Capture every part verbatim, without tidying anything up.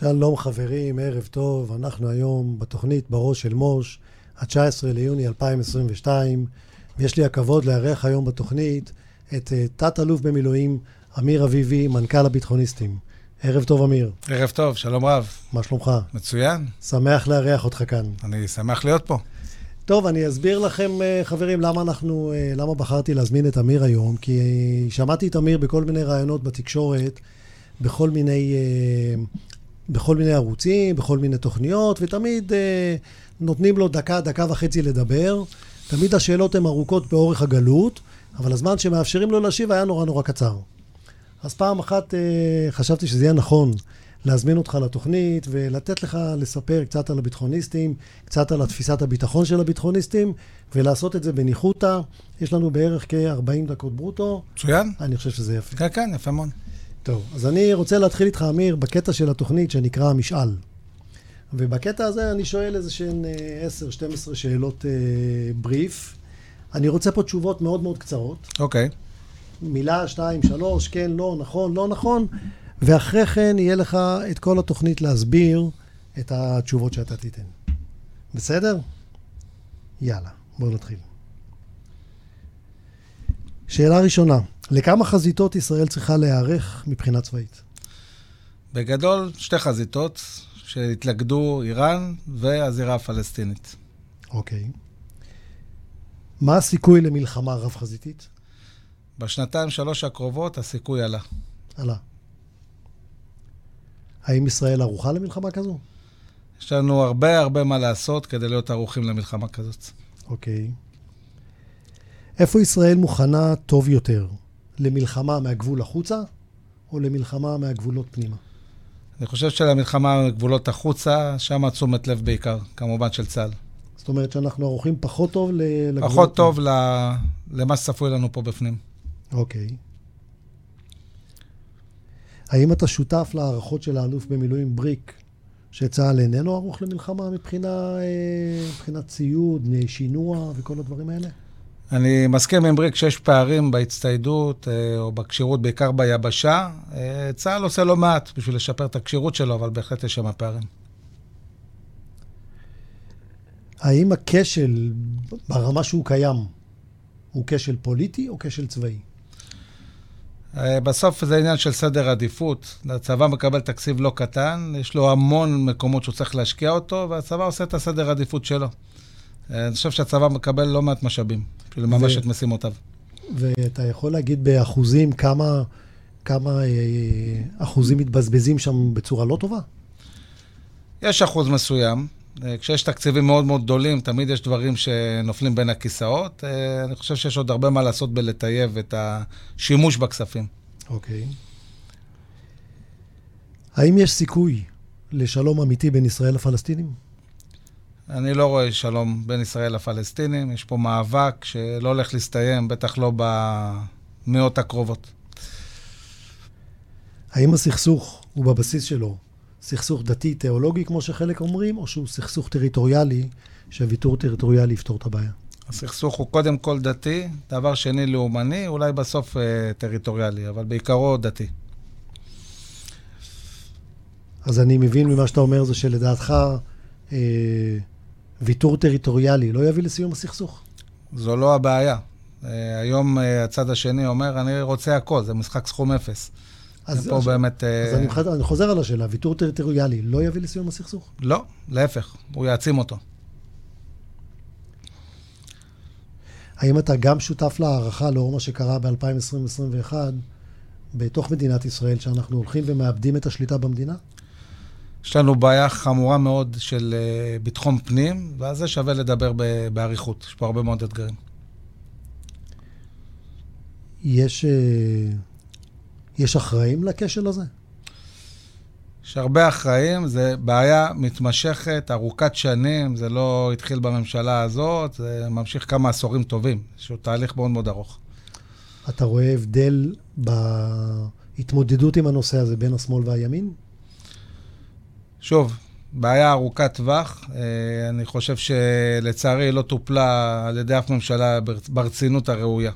שלום חברים, ערב טוב. אנחנו היום בתוכנית בראש של מוש, ה-תשעה עשר ליוני אלפיים עשרים ושתיים, ויש לי הכבוד לארח היום בתוכנית את תת אלוף במילואים אמיר אביבי, מנכ"ל הביטחוניסטים. ערב טוב אמיר. ערב טוב, שלום רב. מה שלומך? מצוין. שמח לארח אותך כאן. אני שמח להיות פה. טוב, אני אסביר לכם חברים למה אנחנו, למה בחרתי להזמין את אמיר היום, כי שמעתי את אמיר בכל מיני רעיונות בתקשורת, בכל מיני, בכל מיני ערוצים, בכל מיני תוכניות, ותמיד נותנים לו דקה, דקה וחצי לדבר. תמיד השאלות הן ארוכות באורך הגלות, אבל הזמן שמאפשרים לו להשיב היה נורא נורא קצר. אז פעם אחת חשבתי שזה יהיה נכון להזמין אותך לתוכנית ולתת לך לספר קצת על הביטחוניסטים, קצת על תפיסת הביטחון של הביטחוניסטים, ולעשות את זה בניחותא. יש לנו בערך כ-ארבעים דקות ברוטו. מצוין. אני חושב שזה יפה. כן, כן, יפה מאוד. טוב, אז אני רוצה להתחיל איתך, אמיר, בקטע של התוכנית שנקרא המשאל. ובקטע הזה אני שואל איזה שהן עשר שתים עשרה שאלות אה, בריף. אני רוצה פה תשובות מאוד מאוד קצרות. אוקיי. מילה, שתיים, שלוש, כן, לא, נכון, לא נכון. ואחרי כן יהיה לך את כל התוכנית להסביר את התשובות שאתה תיתן. בסדר? יאללה, בואו נתחיל. שאלה ראשונה, לכמה חזיתות ישראל צריכה להיערך מבחינה צבאית? בגדול, שתי חזיתות שהתלכדו איראן והזירה הפלסטינית. אוקיי. מה הסיכוי למלחמה רב-חזיתית? בשנתיים שלוש הקרובות הסיכוי עלה. עלה. האם ישראל ערוכה למלחמה כזו? יש לנו הרבה הרבה מה לעשות כדי להיות ערוכים למלחמה כזאת. אוקיי. איפה ישראל מוכנה טוב יותר? למלחמה מהגבול החוצה או למלחמה מהגבולות פנימה? אני חושב שלמלחמה מהגבולות החוצה, שם תשומת לב בעיקר, כמובן של צה"ל. זאת אומרת שאנחנו ערוכים פחות טוב לגבולות? פחות טוב למה שצפוי לנו פה בפנים. אוקיי. האם אתה שותף להערכות של האלוף במילואים בריק, שצה"ל איננו ערוך למלחמה מבחינה, מבחינת ציוד, שינוע וכל הדברים האלה? אני מסכים עם בריק שיש פערים בהצטיידות או בקשירות, בעיקר ביבשה. צה"ל עושה לא מעט בשביל לשפר את הקשירות שלו, אבל בהחלט יש שם פערים. האם הכשל ברמה שהוא קיים הוא כשל פוליטי או כשל צבאי? בסוף זה עניין של סדר עדיפות. הצבא מקבל תקציב לא קטן, יש לו המון מקומות שהוא צריך להשקיע אותו, והצבא עושה את הסדר עדיפות שלו. אני חושב שהצבא מקבל לא מעט משאבים, בשביל לממש את משימותיו. ואתה יכול להגיד באחוזים כמה, כמה אחוזים מתבזבזים שם בצורה לא טובה? יש אחוז מסוים. כשיש תקציבים מאוד מאוד גדולים, תמיד יש דברים שנופלים בין הכיסאות. אני חושב שיש עוד הרבה מה לעשות בלטייב את השימוש בכספים. אוקיי. האם יש סיכוי לשלום אמיתי בין ישראל לפלסטינים? אני לא רואה שלום בין ישראל לפלסטינים. יש פה מאבק שלא הולך להסתיים, בטח לא במאות הקרובות. האם הסכסוך הוא בבסיס שלו סכסוך דתי, תיאולוגי, כמו שחלק אומרים, או שהוא סכסוך טריטוריאלי, שהוויתור טריטוריאלי יפתור את הבעיה? הסכסוך הוא קודם כל דתי, דבר שני לאומני, אולי בסוף אה, טריטוריאלי, אבל בעיקרו דתי. אז אני מבין ממה שאתה אומר, זה שלדעתך אה, ויתור טריטוריאלי לא יביא לסיום הסכסוך? זו לא הבעיה. אה, היום אה, הצד השני אומר, אני רוצה הכל, זה משחק סכום אפס. אז, פה אז, באמת, אז uh... אני, חוזר, אני חוזר על השאלה, ויתור טריטוריאלי לא יביא לסיום הסכסוך? לא, להפך, הוא יעצים אותו. האם אתה גם שותף להערכה לאור מה שקרה ב-אלפיים עשרים עשרים ואחת בתוך מדינת ישראל, שאנחנו הולכים ומאבדים את השליטה במדינה? יש לנו בעיה חמורה מאוד של uh, ביטחון פנים, ואז זה שווה לדבר בעריכות. יש פה הרבה מאוד אתגרים. יש... Uh... יש אחראים לכשל הזה? יש הרבה אחראים, זה בעיה מתמשכת, ארוכת שנים, זה לא התחיל בממשלה הזאת, זה ממשיך כמה עשורים טובים, שהוא תהליך מאוד מאוד ארוך. אתה רואה הבדל בהתמודדות עם הנושא הזה בין השמאל והימין? שוב, בעיה ארוכת טווח, אני חושב שלצערי לא טופלה על ידי אף ממשלה ברצינות הראויה.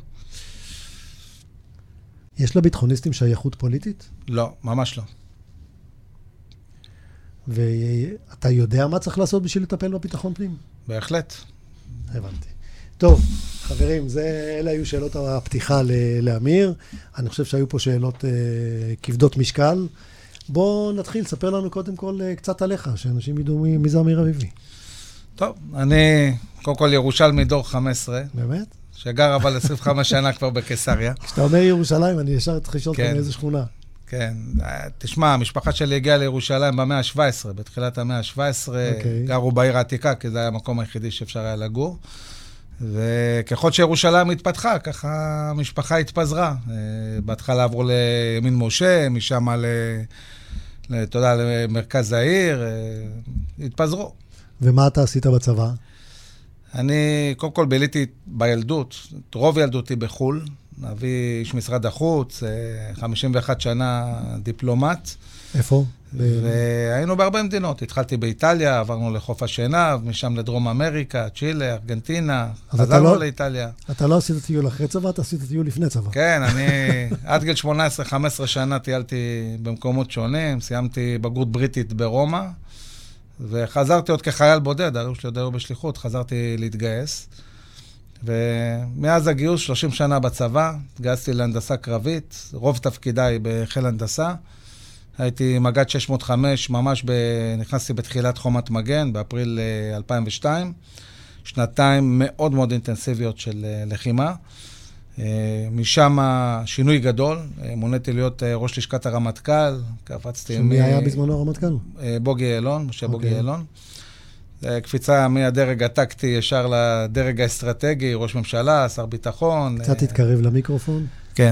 יש לביטחוניסטים שייכות פוליטית? לא, ממש לא. ואתה יודע מה צריך לעשות בשביל לטפל בביטחון פנים? בהחלט. הבנתי. טוב, חברים, זה, אלה היו שאלות הפתיחה לאמיר. אני חושב שהיו פה שאלות אה, כבדות משקל. בוא נתחיל, ספר לנו קודם כל אה, קצת עליך, שאנשים ידעו מי, מי זה אמיר אביבי. טוב, אני קודם כל ירושלמי דור חמש עשרה. באמת? שגר אבל עשרים וחמש שנה כבר בקיסריה. כשאתה אומר ירושלים, אני ישר צריך לשאול אותך מאיזה שכונה. כן, תשמע, המשפחה שלי הגיעה לירושלים במאה ה-שבע עשרה, בתחילת המאה ה-שבע עשרה, גרו בעיר העתיקה, כי זה היה המקום היחידי שאפשר היה לגור. וככל שירושלים התפתחה, ככה המשפחה התפזרה. בהתחלה עברו לימין משה, משם אתה יודע, למרכז העיר, התפזרו. ומה אתה עשית בצבא? אני, קודם כל, ביליתי בילדות, רוב ילדותי בחול, אבי איש משרד החוץ, חמישים ואחת שנה דיפלומט. איפה? והיינו בהרבה מדינות. התחלתי באיטליה, עברנו לחוף השנהב, משם לדרום אמריקה, צ'ילה, ארגנטינה, חזרנו לאיטליה. אתה לא עשית טיול אחרי צבא, אתה עשית טיול לפני צבא. כן, אני עד גיל שמונה עשרה חמש עשרה שנה טיילתי במקומות שונים, סיימתי בגרות בריטית ברומא, וחזרתי עוד כחייל בודד, הרי שלי עוד היו בשליחות, חזרתי להתגייס. ומאז הגיוס, שלושים שנה בצבא, התגייסתי להנדסה קרבית, רוב תפקידיי בחיל הנדסה. הייתי מג"ד שש מאות וחמש, ממש ב... נכנסתי בתחילת חומת מגן, באפריל אלפיים ושתיים. שנתיים מאוד מאוד אינטנסיביות של לחימה. משם שינוי גדול, מוניתי להיות ראש לשכת הרמטכ"ל, קפצתי... שמי היה בזמנו הרמטכ"ל? בוגי יעלון, משה בוגי יעלון. קפיצה מהדרג הטקטי ישר לדרג האסטרטגי, ראש ממשלה, שר ביטחון. קצת תתקרב למיקרופון. כן.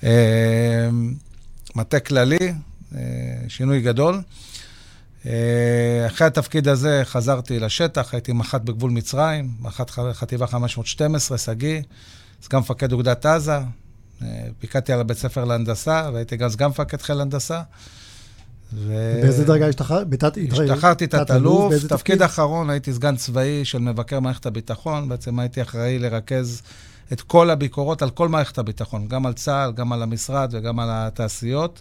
מטה כללי, שינוי גדול. אחרי התפקיד הזה חזרתי לשטח, הייתי מח"ט בגבול מצרים, מח"ט חטיבה חמש מאות ושתים עשרה, סגי, סגן מפקד אוגדת עזה, פיקדתי על הבית ספר להנדסה, והייתי גם סגן מפקד חיל הנדסה. באיזה דרגה השתחררת? השתחררתי תת-אלוף, תפקיד האחרון, הייתי סגן צבאי של מבקר מערכת הביטחון, בעצם הייתי אחראי לרכז את כל הביקורות על כל מערכת הביטחון, גם על צה"ל, גם על המשרד וגם על התעשיות.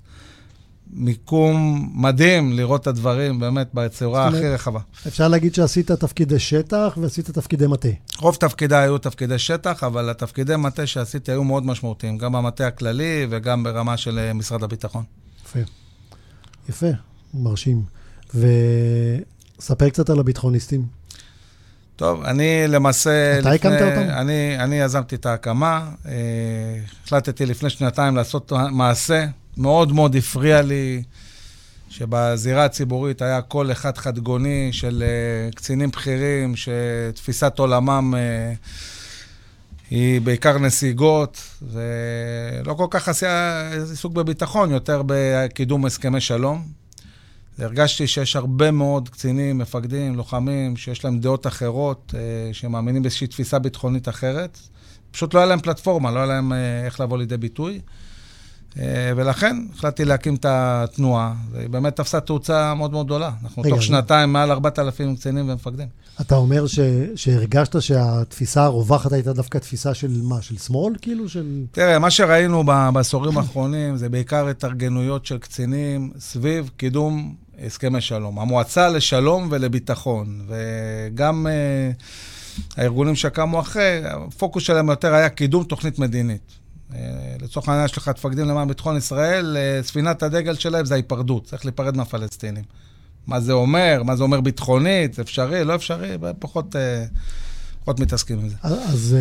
מיקום מדהים לראות את הדברים באמת בצורה הכי רחבה. אפשר להגיד שעשית תפקידי שטח ועשית תפקידי מטה. רוב תפקידי היו תפקידי שטח, אבל התפקידי מטה שעשיתי היו מאוד משמעותיים, גם במטה הכללי וגם ברמה של משרד הביטחון. יפה. יפה, מרשים. וספר קצת על הביטחוניסטים. טוב, אני למעשה... אתה הקמת אותם? אני, אני יזמתי את ההקמה, החלטתי לפני שנתיים לעשות מעשה, מאוד מאוד הפריע לי שבזירה הציבורית היה כל אחד חדגוני של uh, קצינים בכירים, שתפיסת עולמם uh, היא בעיקר נסיגות, ולא כל כך עשייה עיסוק בביטחון, יותר בקידום הסכמי שלום. הרגשתי שיש הרבה מאוד קצינים, מפקדים, לוחמים, שיש להם דעות אחרות, uh, שמאמינים באיזושהי תפיסה ביטחונית אחרת. פשוט לא היה להם פלטפורמה, לא היה להם uh, איך לבוא לידי ביטוי. ולכן החלטתי להקים את התנועה, והיא באמת תפסה תאוצה מאוד מאוד גדולה. אנחנו תוך שנתיים מעל ארבעת אלפים קצינים ומפקדים. אתה אומר שהרגשת שהתפיסה הרווחת הייתה דווקא תפיסה של מה? של שמאל כאילו? תראה, מה שראינו בעשורים האחרונים זה בעיקר התארגנויות של קצינים סביב קידום הסכמי שלום. המועצה לשלום ולביטחון, וגם הארגונים שקמו אחרי, הפוקוס שלהם יותר היה קידום תוכנית מדינית. לצורך העניין יש לך תפקדים למען ביטחון ישראל, ספינת הדגל שלהם זה ההיפרדות, צריך להיפרד מהפלסטינים. מה זה אומר? מה זה אומר ביטחונית? אפשרי? לא אפשרי? פחות, פחות מתעסקים עם זה. אז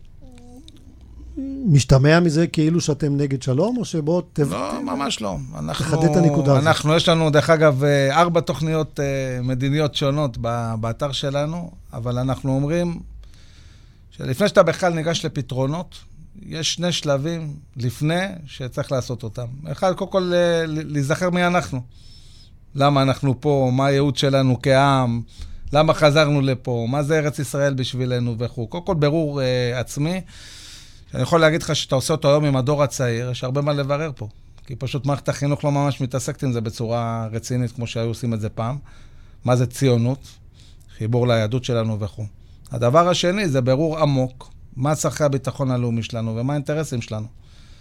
משתמע מזה כאילו שאתם נגד שלום, או שבו תחדד לא, ממש לא. את הנקודה הזאת. אנחנו, יש לנו, דרך אגב, ארבע תוכניות מדיניות שונות באתר שלנו, אבל אנחנו אומרים שלפני שאתה בכלל ניגש לפתרונות, יש שני שלבים לפני שצריך לעשות אותם. אחד, קודם כל, להיזכר מי אנחנו. למה אנחנו פה, מה הייעוד שלנו כעם, למה חזרנו לפה, מה זה ארץ ישראל בשבילנו וכו'. קודם כל, ברור uh, עצמי, שאני יכול להגיד לך שאתה עושה אותו היום עם הדור הצעיר, יש הרבה מה לברר פה. כי פשוט מערכת החינוך לא ממש מתעסקת עם זה בצורה רצינית, כמו שהיו עושים את זה פעם. מה זה ציונות, חיבור ליהדות שלנו וכו'. הדבר השני זה ברור עמוק, מה צרכי הביטחון הלאומי שלנו ומה האינטרסים שלנו.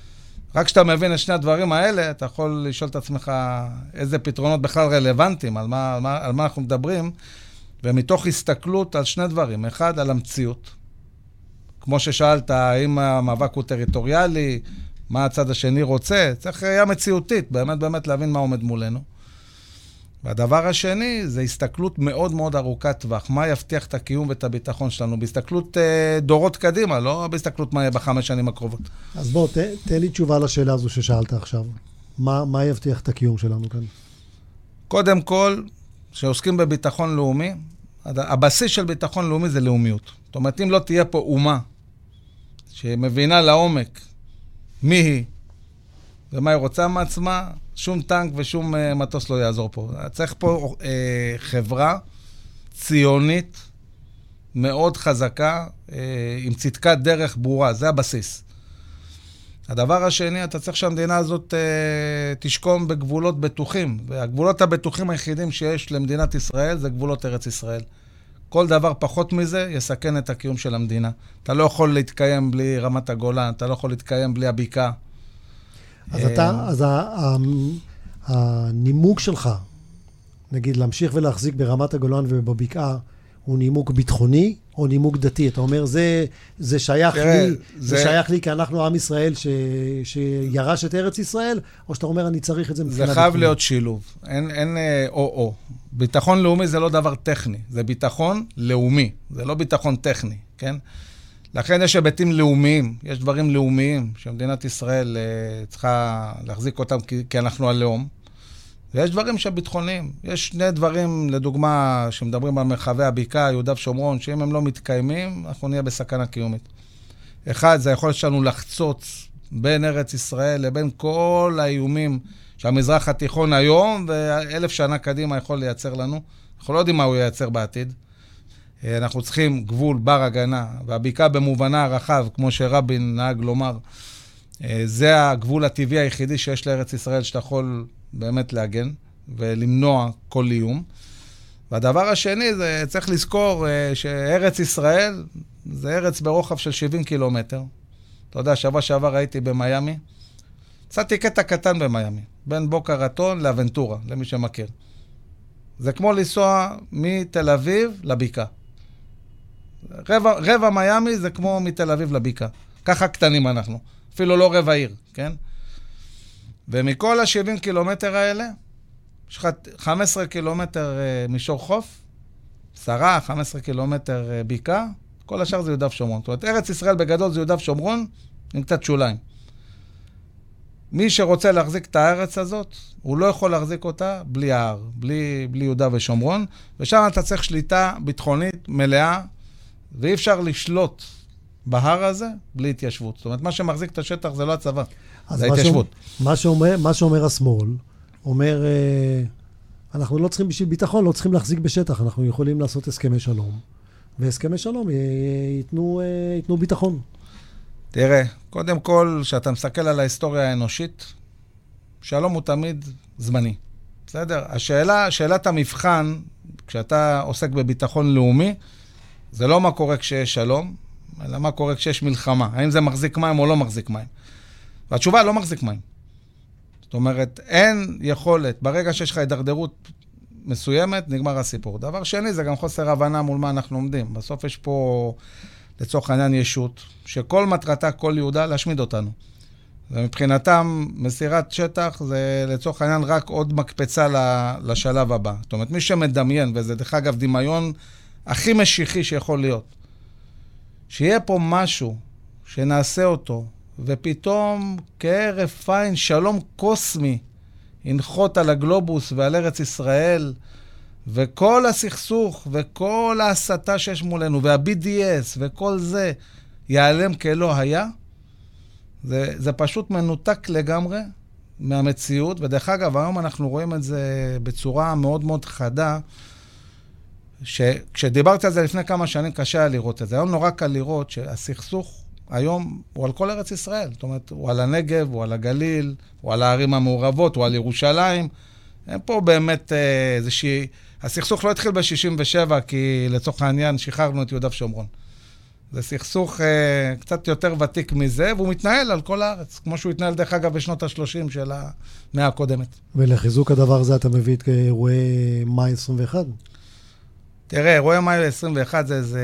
רק כשאתה מבין את שני הדברים האלה, אתה יכול לשאול את עצמך איזה פתרונות בכלל רלוונטיים, על מה, על מה, על מה אנחנו מדברים, ומתוך הסתכלות על שני דברים. אחד, על המציאות. כמו ששאלת, האם המאבק הוא טריטוריאלי, מה הצד השני רוצה, צריך ראייה מציאותית, באמת באמת להבין מה עומד מולנו. והדבר השני, זה הסתכלות מאוד מאוד ארוכת טווח. מה יבטיח את הקיום ואת הביטחון שלנו? בהסתכלות אה, דורות קדימה, לא בהסתכלות מה יהיה בחמש שנים הקרובות. אז בוא, ת, תן לי תשובה לשאלה הזו ששאלת עכשיו. מה, מה יבטיח את הקיום שלנו כאן? קודם כל, שעוסקים בביטחון לאומי, הבסיס של ביטחון לאומי זה לאומיות. זאת אומרת, אם לא תהיה פה אומה שמבינה לעומק מי היא ומה היא רוצה מעצמה, שום טנק ושום uh, מטוס לא יעזור פה. צריך פה uh, חברה ציונית מאוד חזקה, uh, עם צדקת דרך ברורה, זה הבסיס. הדבר השני, אתה צריך שהמדינה הזאת uh, תשקום בגבולות בטוחים, והגבולות הבטוחים היחידים שיש למדינת ישראל זה גבולות ארץ ישראל. כל דבר פחות מזה יסכן את הקיום של המדינה. אתה לא יכול להתקיים בלי רמת הגולן, אתה לא יכול להתקיים בלי הבקעה. אז אתה, אז הנימוק שלך, נגיד, להמשיך ולהחזיק ברמת הגולן ובבקעה, הוא נימוק ביטחוני או נימוק דתי? אתה אומר, זה, זה שייך לי, זה שייך לי כי אנחנו עם ישראל ש, שירש את ארץ ישראל, או שאתה אומר, אני צריך את זה מבחינה ביטחונית? זה חייב להיות שילוב. אין, אין או-או. ביטחון לאומי זה לא דבר טכני, זה ביטחון לאומי, זה לא ביטחון טכני, כן? לכן יש היבטים לאומיים, יש דברים לאומיים שמדינת ישראל uh, צריכה להחזיק אותם כי, כי אנחנו הלאום, ויש דברים שביטחוניים. יש שני דברים, לדוגמה, שמדברים על מרחבי הבקעה, יהודה ושומרון, שאם הם לא מתקיימים, אנחנו נהיה בסכנה קיומית. אחד, זה יכול שלנו לחצוץ בין ארץ ישראל לבין כל האיומים שהמזרח התיכון היום, ואלף שנה קדימה יכול לייצר לנו. אנחנו לא יודעים מה הוא ייצר בעתיד. אנחנו צריכים גבול בר הגנה, והבקעה במובנה הרחב, כמו שרבין נהג לומר, זה הגבול הטבעי היחידי שיש לארץ ישראל, שאתה יכול באמת להגן ולמנוע כל איום. והדבר השני, זה צריך לזכור שארץ ישראל זה ארץ ברוחב של שבעים קילומטר. אתה יודע, שבוע שעבר הייתי במיימי, צאתי קטע קטן במיימי, בין בוקה רטון לאבנטורה, למי שמכיר. זה כמו לנסוע מתל אביב לבקעה. רבע, רבע מיימי זה כמו מתל אביב לבקעה. ככה קטנים אנחנו. אפילו לא רבע עיר, כן? ומכל ה-שבעים קילומטר האלה, יש לך חמישה עשר קילומטר מישור חוף, עשרה, חמישה עשר קילומטר בקעה, כל השאר זה יהודה ושומרון. זאת אומרת, ארץ ישראל בגדול זה יהודה ושומרון, עם קצת שוליים. מי שרוצה להחזיק את הארץ הזאת, הוא לא יכול להחזיק אותה בלי ההר, בלי, בלי יהודה ושומרון, ושם אתה צריך שליטה ביטחונית מלאה, ואי אפשר לשלוט בהר הזה בלי התיישבות. זאת אומרת, מה שמחזיק את השטח זה לא הצבא, זה ההתיישבות. מה שאומר, מה שאומר השמאל, אומר, אנחנו לא צריכים בשביל ביטחון, לא צריכים להחזיק בשטח, אנחנו יכולים לעשות הסכמי שלום, והסכמי שלום ייתנו, ייתנו ביטחון. תראה, קודם כל, שאתה מסתכל על ההיסטוריה האנושית, שלום הוא תמיד זמני. בסדר? השאלה, שאלת המבחן, כשאתה עוסק בביטחון לאומי, זה לא מה קורה כשיש שלום, אלא מה קורה כשיש מלחמה. האם זה מחזיק מים או לא מחזיק מים. והתשובה לא מחזיק מים. זאת אומרת, אין יכולת, ברגע שיש לך הידרדרות מסוימת, נגמר הסיפור. דבר שני, זה גם חוסר הבנה מול מה אנחנו עומדים. בסוף יש פה, לצורך העניין, ישות, שכל מטרתה, כל יהודה, להשמיד אותנו. ומבחינתם, מסירת שטח זה לצורך העניין רק עוד מקפצה לשלב הבא. זאת אומרת, מי שמדמיין, וזה דרך אגב דמיון הכי משיחי שיכול להיות, שיהיה פה משהו שנעשה אותו, ופתאום כערב פיין, שלום קוסמי, ינחות על הגלובוס ועל ארץ ישראל, וכל הסכסוך וכל ההסתה שיש מולנו, וה-בי די אס וכל זה, ייעלם כלא היה, זה, זה פשוט מנותק לגמרי מהמציאות, ודרך אגב, היום אנחנו רואים את זה בצורה מאוד מאוד חדה, שכשדיברתי על זה לפני כמה שנים, קשה היה לראות את זה. היום נורא קל לראות שהסכסוך היום הוא על כל ארץ ישראל. זאת אומרת, הוא על הנגב, הוא על הגליל, הוא על הערים המעורבות, הוא על ירושלים. אין פה באמת איזושהי... הסכסוך לא התחיל ב-שישים ושבע, כי לצורך העניין שחררנו את יהודה ושומרון. זה סכסוך אה, קצת יותר ותיק מזה, והוא מתנהל על כל הארץ, כמו שהוא התנהל דרך אגב בשנות ה-שלושים של המאה הקודמת. ולחיזוק הדבר הזה אתה מביא את אירועי מאי עשרים ואחת? תראה, אירועי מאי עשרים ואחת זה איזה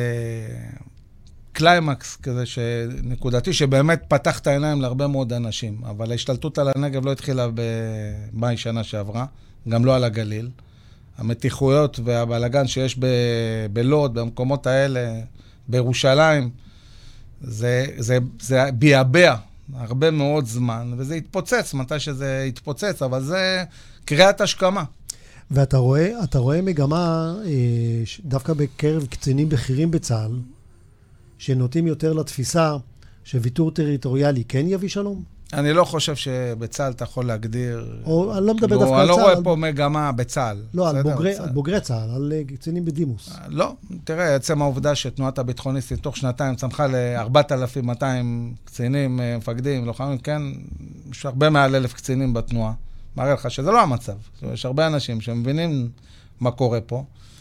קליימקס כזה נקודתי, שבאמת פתח את העיניים להרבה מאוד אנשים, אבל ההשתלטות על הנגב לא התחילה במאי שנה שעברה, גם לא על הגליל. המתיחויות והבלגן שיש ב- בלוד, במקומות האלה, בירושלים, זה, זה, זה ביאבע הרבה מאוד זמן, וזה התפוצץ, מתי שזה התפוצץ, אבל זה קריאת השכמה. ואתה רואה, אתה רואה מגמה, דווקא בקרב קצינים בכירים בצה"ל, שנוטים יותר לתפיסה שוויתור טריטוריאלי כן יביא שלום? אני לא חושב שבצה"ל אתה יכול להגדיר... או, אני לא מדבר דווקא על צה"ל. אני לא רואה פה מגמה בצה"ל. לא, על בוגרי צה"ל, על קצינים בדימוס. לא, תראה, עצם העובדה שתנועת הביטחוניסטית תוך שנתיים צמחה ל-ארבעת אלפים ומאתיים קצינים, מפקדים, לוחמים, כן, יש הרבה מעל אלף קצינים בתנועה. מראה לך שזה לא המצב. יש הרבה אנשים שמבינים מה קורה פה.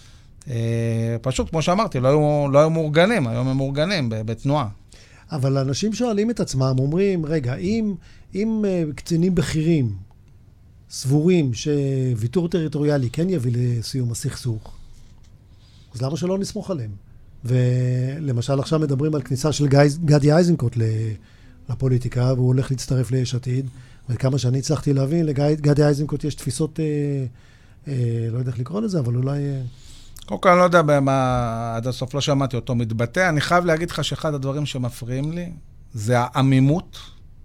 פשוט, כמו שאמרתי, לא היו, לא היו מאורגנים, היום הם מאורגנים בתנועה. אבל אנשים שואלים את עצמם, אומרים, רגע, אם, אם uh, קצינים בכירים סבורים שוויתור טריטוריאלי כן יביא לסיום הסכסוך, אז למה שלא נסמוך עליהם? ולמשל עכשיו מדברים על כניסה של גיא, גדי איזנקוט לפוליטיקה, והוא הולך להצטרף ליש עתיד, וכמה שאני הצלחתי להבין, לגדי איזנקוט יש תפיסות, אה, אה, לא יודע איך לקרוא לזה, אבל אולי... אה... קודם כל, אני לא יודע במה, עד הסוף לא שמעתי אותו מתבטא. אני חייב להגיד לך שאחד הדברים שמפריעים לי, זה העמימות,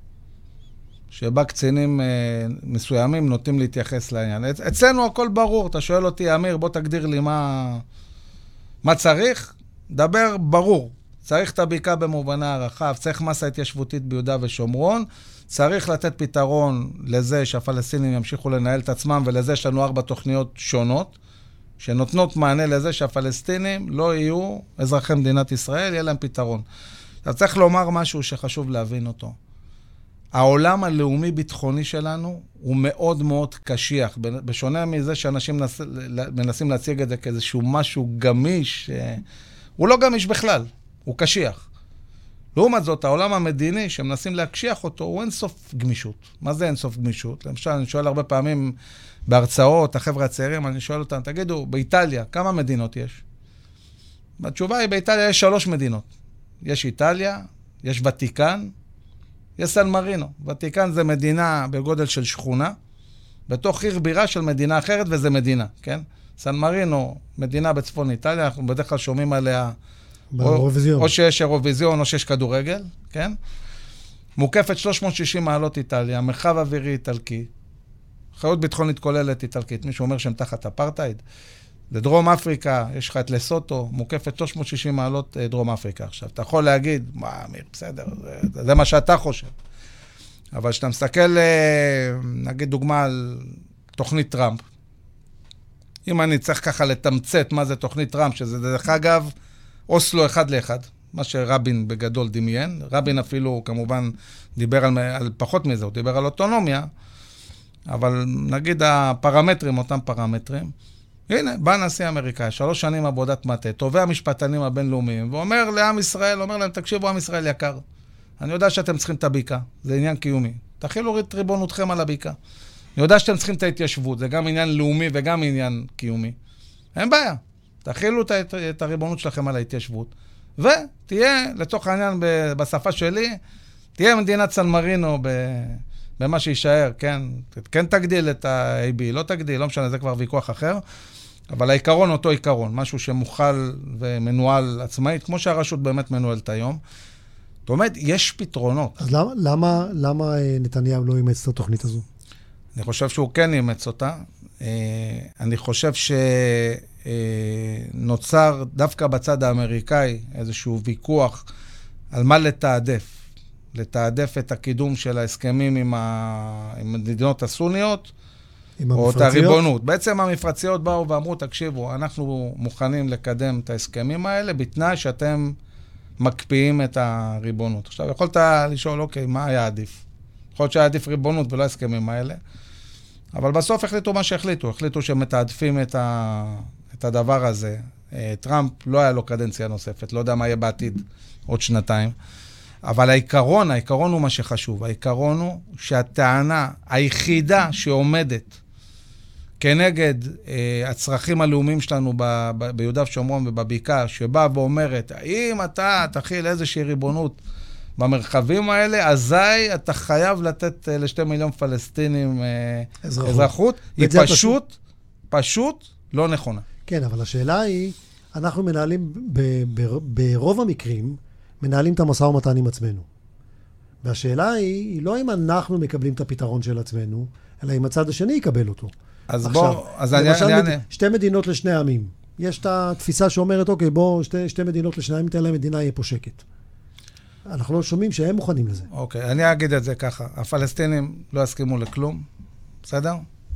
שבה קצינים אה, מסוימים נוטים להתייחס לעניין. אצלנו הכל ברור, אתה שואל אותי, אמיר, בוא תגדיר לי מה, מה צריך, דבר ברור. צריך את הבקעה במובנה הרחב, צריך מסה התיישבותית ביהודה ושומרון, צריך לתת פתרון לזה שהפלסטינים ימשיכו לנהל את עצמם, ולזה יש לנו ארבע תוכניות שונות, שנותנות מענה לזה שהפלסטינים לא יהיו אזרחי מדינת ישראל, יהיה להם פתרון. אתה צריך לומר משהו שחשוב להבין אותו. העולם הלאומי-ביטחוני שלנו הוא מאוד מאוד קשיח, בשונה מזה שאנשים מנס, מנסים להציג את זה כאיזשהו משהו גמיש, הוא לא גמיש בכלל, הוא קשיח. לעומת זאת, העולם המדיני שמנסים להקשיח אותו, הוא אינסוף גמישות. מה זה אינסוף גמישות? למשל, אני שואל הרבה פעמים בהרצאות, החבר'ה הצעירים, אני שואל אותם, תגידו, באיטליה, כמה מדינות יש? התשובה היא, באיטליה יש שלוש מדינות. יש איטליה, יש ותיקן, יש סן מרינו. ותיקן זה מדינה בגודל של שכונה, בתוך עיר בירה של מדינה אחרת, וזה מדינה, כן? סן מרינו, מדינה בצפון איטליה, אנחנו בדרך כלל שומעים עליה, או, או שיש אירוויזיון או שיש כדורגל, כן? מוקפת שלוש מאות ושישים מעלות איטליה, מרחב אווירי איטלקי, אחריות ביטחונית כוללת איטלקית, מישהו אומר שהם תחת אפרטהייד. לדרום אפריקה, יש לך את לסוטו, מוקפת שלוש מאות ושישים מעלות דרום אפריקה. עכשיו, אתה יכול להגיד, מה, אמיר, בסדר, זה, זה מה שאתה חושב. אבל כשאתה מסתכל, נגיד דוגמה על תוכנית טראמפ, אם אני צריך ככה לתמצת מה זה תוכנית טראמפ, שזה דרך אגב, אוסלו אחד לאחד, מה שרבין בגדול דמיין. רבין אפילו כמובן דיבר על, על פחות מזה, הוא דיבר על אוטונומיה, אבל נגיד הפרמטרים, אותם פרמטרים, הנה, בא נשיא אמריקאי, שלוש שנים עבודת מטה, טובי המשפטנים הבינלאומיים, ואומר לעם ישראל, אומר להם, תקשיבו, עם ישראל יקר, אני יודע שאתם צריכים את הבקעה, זה עניין קיומי, תחילו את ריבונותכם על הבקעה. אני יודע שאתם צריכים את ההתיישבות, זה גם עניין לאומי וגם עניין קיומי. אין בעיה, תחילו את, את, את הריבונות שלכם על ההתיישבות, ותהיה, לתוך העניין בשפה שלי, תהיה מדינת סן מרינו ב... במה שישאר, כן, כן תגדיל את ה-איי בי, לא תגדיל, לא משנה, זה כבר ויכוח אחר, אבל העיקרון אותו עיקרון, משהו שמוכל ומנוהל עצמאית, כמו שהרשות באמת מנוהלת היום. זאת אומרת, יש פתרונות. אז למה, למה, למה נתניהו לא אימץ את התוכנית הזו? אני חושב שהוא כן אימץ אותה. אני חושב שנוצר דווקא בצד האמריקאי איזשהו ויכוח על מה לתעדף. לתעדף את הקידום של ההסכמים עם, ה... עם המדינות הסוניות, או את הריבונות. בעצם המפרציות באו ואמרו, תקשיבו, אנחנו מוכנים לקדם את ההסכמים האלה, בתנאי שאתם מקפיאים את הריבונות. עכשיו, יכולת לשאול, אוקיי, מה היה עדיף? יכול להיות שהיה עדיף ריבונות ולא ההסכמים האלה, אבל בסוף החליטו מה שהחליטו. החליטו שמתעדפים את, ה... את הדבר הזה. טראמפ לא היה לו קדנציה נוספת, לא יודע מה יהיה בעתיד עוד שנתיים. אבל העיקרון, העיקרון הוא מה שחשוב. העיקרון הוא שהטענה היחידה שעומדת כנגד אה, הצרכים הלאומיים שלנו ב, ב, ביהודה ושומרון ובבקעה, שבאה ואומרת, האם אתה תחיל איזושהי ריבונות במרחבים האלה, אזי אתה חייב לתת אה, לשתי מיליון פלסטינים אה, אזרחות. אזרחות. היא פשוט, פשוט, פשוט לא נכונה. כן, אבל השאלה היא, אנחנו מנהלים ב, ב, ברוב המקרים, מנהלים את המשא ומתן עם עצמנו. והשאלה היא, היא לא אם אנחנו מקבלים את הפתרון של עצמנו, אלא אם הצד השני יקבל אותו. אז עכשיו, בוא, אז אני אענה. למשל, שתי מדינות לשני עמים. יש את התפיסה שאומרת, אוקיי, בוא, שתי, שתי מדינות לשני עמים, תן להם מדינה, יהיה פה שקט. אנחנו לא שומעים שהם מוכנים לזה. אוקיי, אני אגיד את זה ככה. הפלסטינים לא יסכימו לכלום, בסדר?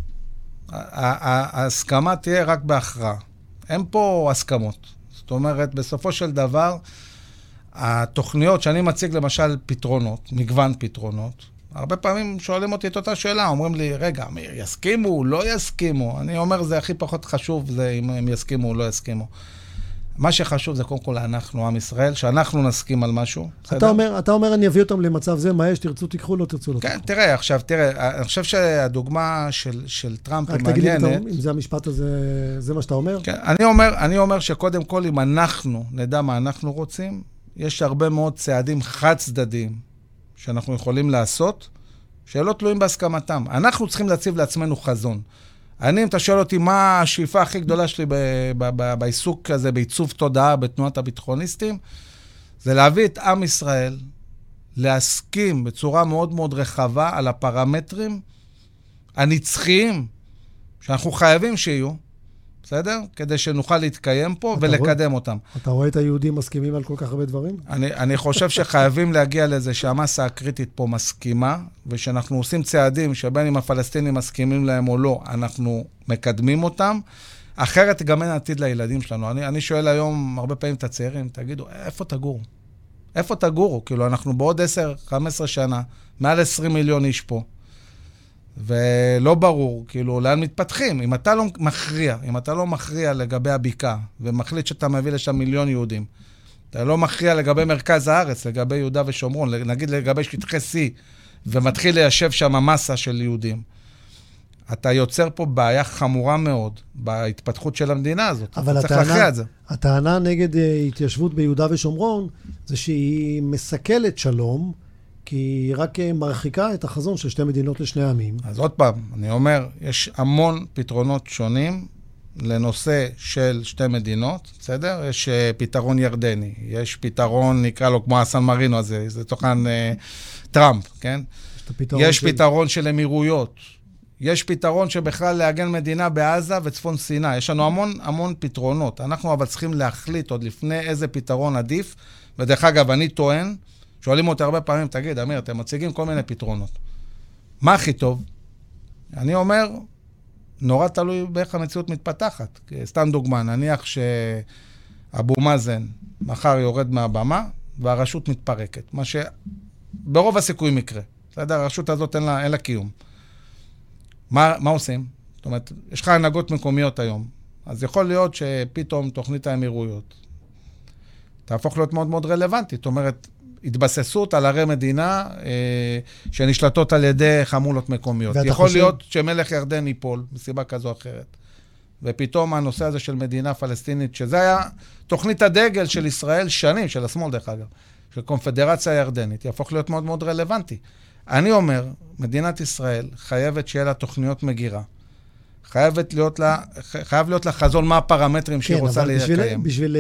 ההסכמה תהיה רק בהכרעה. אין פה הסכמות. זאת אומרת, בסופו של דבר, התוכניות שאני מציג למשל פתרונות, מגוון פתרונות, הרבה פעמים שואלים אותי את אותה שאלה, אומרים לי, רגע, יסכימו, לא יסכימו? אני אומר, זה הכי פחות חשוב, זה אם הם יסכימו או לא יסכימו. מה שחשוב זה קודם כל אנחנו, עם ישראל, שאנחנו נסכים על משהו. אתה אומר, אתה אומר, אני אביא אותם למצב זה, מה יש, תרצו, תיקחו, לא תרצו, לא כן, תיקחו. תראה, עכשיו, תראה, אני חושב שהדוגמה של, של טראמפ היא מעניינת. רק תגיד לי, אם זה המשפט הזה, זה מה שאתה אומר? כן, אני אומר, אני אומר שקודם כל, אם אנחנו נדע מה אנחנו רוצים, יש הרבה מאוד צעדים חד צדדיים שאנחנו יכולים לעשות, שלא תלויים בהסכמתם. אנחנו צריכים להציב לעצמנו חזון. אני, אם אתה שואל אותי מה השאיפה הכי גדולה שלי ב- ב- ב- בעיסוק הזה, בעיצוב תודעה בתנועת הביטחוניסטים, זה להביא את עם ישראל להסכים בצורה מאוד מאוד רחבה על הפרמטרים הנצחיים שאנחנו חייבים שיהיו, בסדר? כדי שנוכל להתקיים פה ולקדם רואה, אותם. אתה רואה את היהודים מסכימים על כל כך הרבה דברים? אני, אני חושב שחייבים להגיע לזה שהמסה הקריטית פה מסכימה, ושאנחנו עושים צעדים שבין אם הפלסטינים מסכימים להם או לא, אנחנו מקדמים אותם. אחרת גם אין עתיד לילדים שלנו. אני, אני שואל היום הרבה פעמים את הצעירים, תגידו, איפה תגורו? איפה תגורו? כאילו, אנחנו בעוד עשר חמש עשרה שנה, מעל עשרים מיליון איש פה. ולא ברור, כאילו, לאן מתפתחים. אם אתה לא מכריע, אם אתה לא מכריע לגבי הבקעה, ומחליט שאתה מביא לשם מיליון יהודים, אתה לא מכריע לגבי מרכז הארץ, לגבי יהודה ושומרון, נגיד לגבי שטחי C, ומתחיל ליישב שם מסה של יהודים, אתה יוצר פה בעיה חמורה מאוד בהתפתחות של המדינה הזאת. אבל אתה צריך להכריע את זה. הטענה נגד התיישבות ביהודה ושומרון, זה שהיא מסכלת שלום, כי היא רק מרחיקה את החזון של שתי מדינות לשני עמים. אז עוד פעם, אני אומר, יש המון פתרונות שונים לנושא של שתי מדינות, בסדר? יש פתרון ירדני, יש פתרון, נקרא לו כמו הסן מרינו הזה, זה תוכן אה, טראמפ, כן? יש של... פתרון של אמירויות, יש פתרון שבכלל להגן מדינה בעזה וצפון סיני, יש לנו המון המון פתרונות, אנחנו אבל צריכים להחליט עוד לפני איזה פתרון עדיף, ודרך אגב, אני טוען, שואלים אותי הרבה פעמים, תגיד, אמיר, אתם מציגים כל מיני פתרונות. מה הכי טוב? אני אומר, נורא תלוי באיך המציאות מתפתחת. סתם דוגמה, נניח שאבו מאזן מחר יורד מהבמה, והרשות מתפרקת. מה שברוב הסיכויים יקרה. בסדר, הרשות הזאת אין לה, אין לה קיום. מה, מה עושים? זאת אומרת, יש לך הנהגות מקומיות היום. אז יכול להיות שפתאום תוכנית האמירויות תהפוך להיות מאוד מאוד רלוונטית. זאת אומרת, התבססות על ערי מדינה אה, שנשלטות על ידי חמולות מקומיות. יכול חושב... להיות שמלך ירדן ייפול, מסיבה כזו או אחרת. ופתאום הנושא הזה של מדינה פלסטינית, שזה היה תוכנית הדגל של ישראל שנים, של השמאל דרך אגב, של קונפדרציה ירדנית, יהפוך להיות מאוד מאוד רלוונטי. אני אומר, מדינת ישראל חייבת שיהיה לה תוכניות מגירה. חייבת להיות לה, חייב להיות לה חזון מה הפרמטרים שהיא כן, רוצה לקיים. בשביל... בשביל...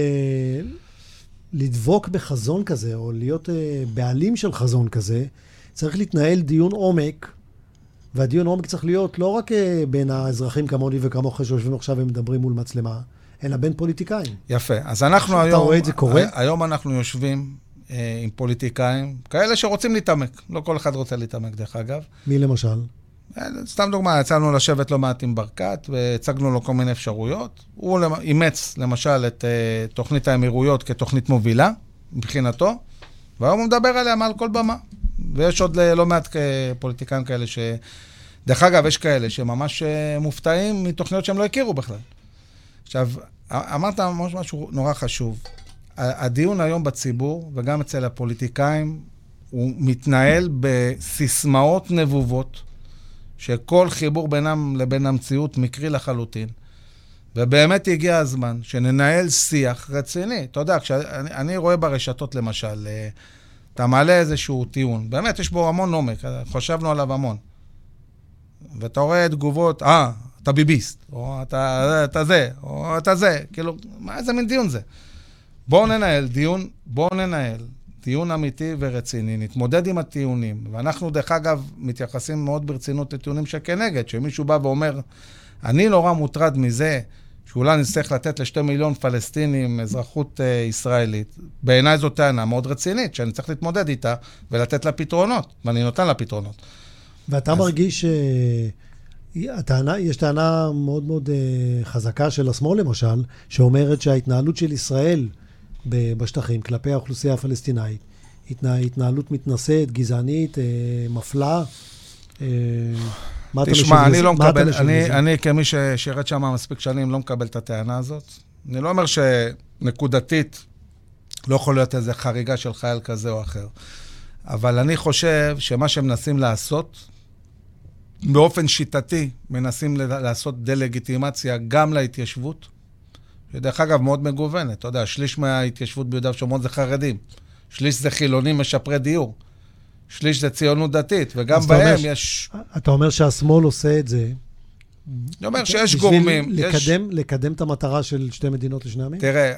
לדבוק בחזון כזה, או להיות uh, בעלים של חזון כזה, צריך להתנהל דיון עומק, והדיון עומק צריך להיות לא רק uh, בין האזרחים כמוני וכמוך שיושבים עכשיו ומדברים מול מצלמה, אלא בין פוליטיקאים. יפה. אז אנחנו היום... אתה רואה את זה קורה? היום אנחנו יושבים uh, עם פוליטיקאים, כאלה שרוצים להתעמק. לא כל אחד רוצה להתעמק, דרך אגב. מי למשל? סתם דוגמה, יצאנו לשבת לא מעט עם ברקת, והצגנו לו כל מיני אפשרויות. הוא אימץ, למשל, את uh, תוכנית האמירויות כתוכנית מובילה, מבחינתו, והיום הוא מדבר עליה מעל כל במה. ויש עוד לא מעט פוליטיקאים כאלה ש... דרך אגב, יש כאלה שממש מופתעים מתוכניות שהם לא הכירו בכלל. עכשיו, אמרת משהו נורא חשוב. הדיון היום בציבור, וגם אצל הפוליטיקאים, הוא מתנהל בסיסמאות נבובות, שכל חיבור בינם לבין המציאות מקרי לחלוטין. ובאמת הגיע הזמן שננהל שיח רציני. אתה יודע, כשאני אני רואה ברשתות למשל, אתה מעלה איזשהו טיעון, באמת יש בו המון עומק, חושבנו עליו המון. ואתה רואה תגובות, אה, אתה ביביסט, או אתה, אתה זה, או אתה זה, כאילו, מה איזה מין דיון זה? בואו ננהל דיון, בואו ננהל דיון אמיתי ורציני, נתמודד עם הטיעונים, ואנחנו דרך אגב מתייחסים מאוד ברצינות לטיעונים שכנגד, שמישהו בא ואומר, אני נורא מוטרד מזה, שאולי נצטרך לתת לשתי מיליון פלסטינים אזרחות אה, ישראלית. בעיניי זו טענה מאוד רצינית, שאני צריך להתמודד איתה ולתת לה פתרונות, ואני נותן לה פתרונות. ואתה אז... מרגיש שהטענה, יש טענה מאוד מאוד uh, חזקה של השמאל למשל, שאומרת שההתנהלות של ישראל בשטחים כלפי האוכלוסייה הפלסטינאית, התנה, התנהלות מתנשאת, גזענית, uh, מפלה, uh, מה תשמע, אני לא מקבל, אני, אני כמי ששירת שם מספיק שנים לא מקבל את הטענה הזאת. אני לא אומר שנקודתית לא יכול להיות איזו חריגה של חייל כזה או אחר. אבל אני חושב שמה שמנסים לעשות, באופן שיטתי, מנסים לעשות דה-לגיטימציה גם להתיישבות, שדרך אגב מאוד מגוונת. אתה יודע, שליש מההתיישבות ביהודה ושומרון זה חרדים. שליש זה חילונים משפרי דיור. שליש זה ציונות דתית, וגם בהם אומר, יש... אתה אומר שהשמאל עושה את זה... אני אומר שיש גורמים... לקדם, יש... לקדם את המטרה של שתי מדינות לשני עמים? תראה,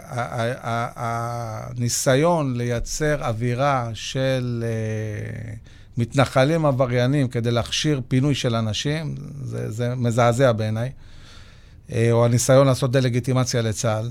הניסיון לייצר אווירה של מתנחלים עבריינים כדי להכשיר פינוי של אנשים, זה, זה מזעזע בעיניי, או הניסיון לעשות דה-לגיטימציה לצה"ל.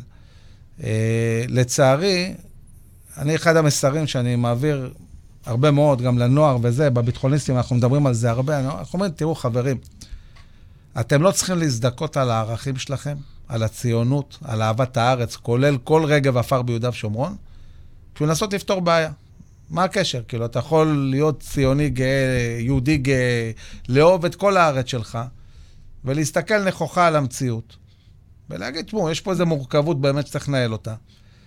לצערי, אני אחד המסרים שאני מעביר... הרבה מאוד, גם לנוער וזה, בביטחוניסטים, אנחנו מדברים על זה הרבה. אנחנו אומרים, תראו חברים, אתם לא צריכים להזדכות על הערכים שלכם, על הציונות, על אהבת הארץ, כולל כל רגע ועפר ביהודה ושומרון, בשביל לנסות לפתור בעיה. מה הקשר? כאילו, אתה יכול להיות ציוני גאה, יהודי גאה, לאהוב את כל הארץ שלך, ולהסתכל נכוחה על המציאות, ולהגיד, תשמעו, יש פה איזו מורכבות באמת שצריך לנהל אותה.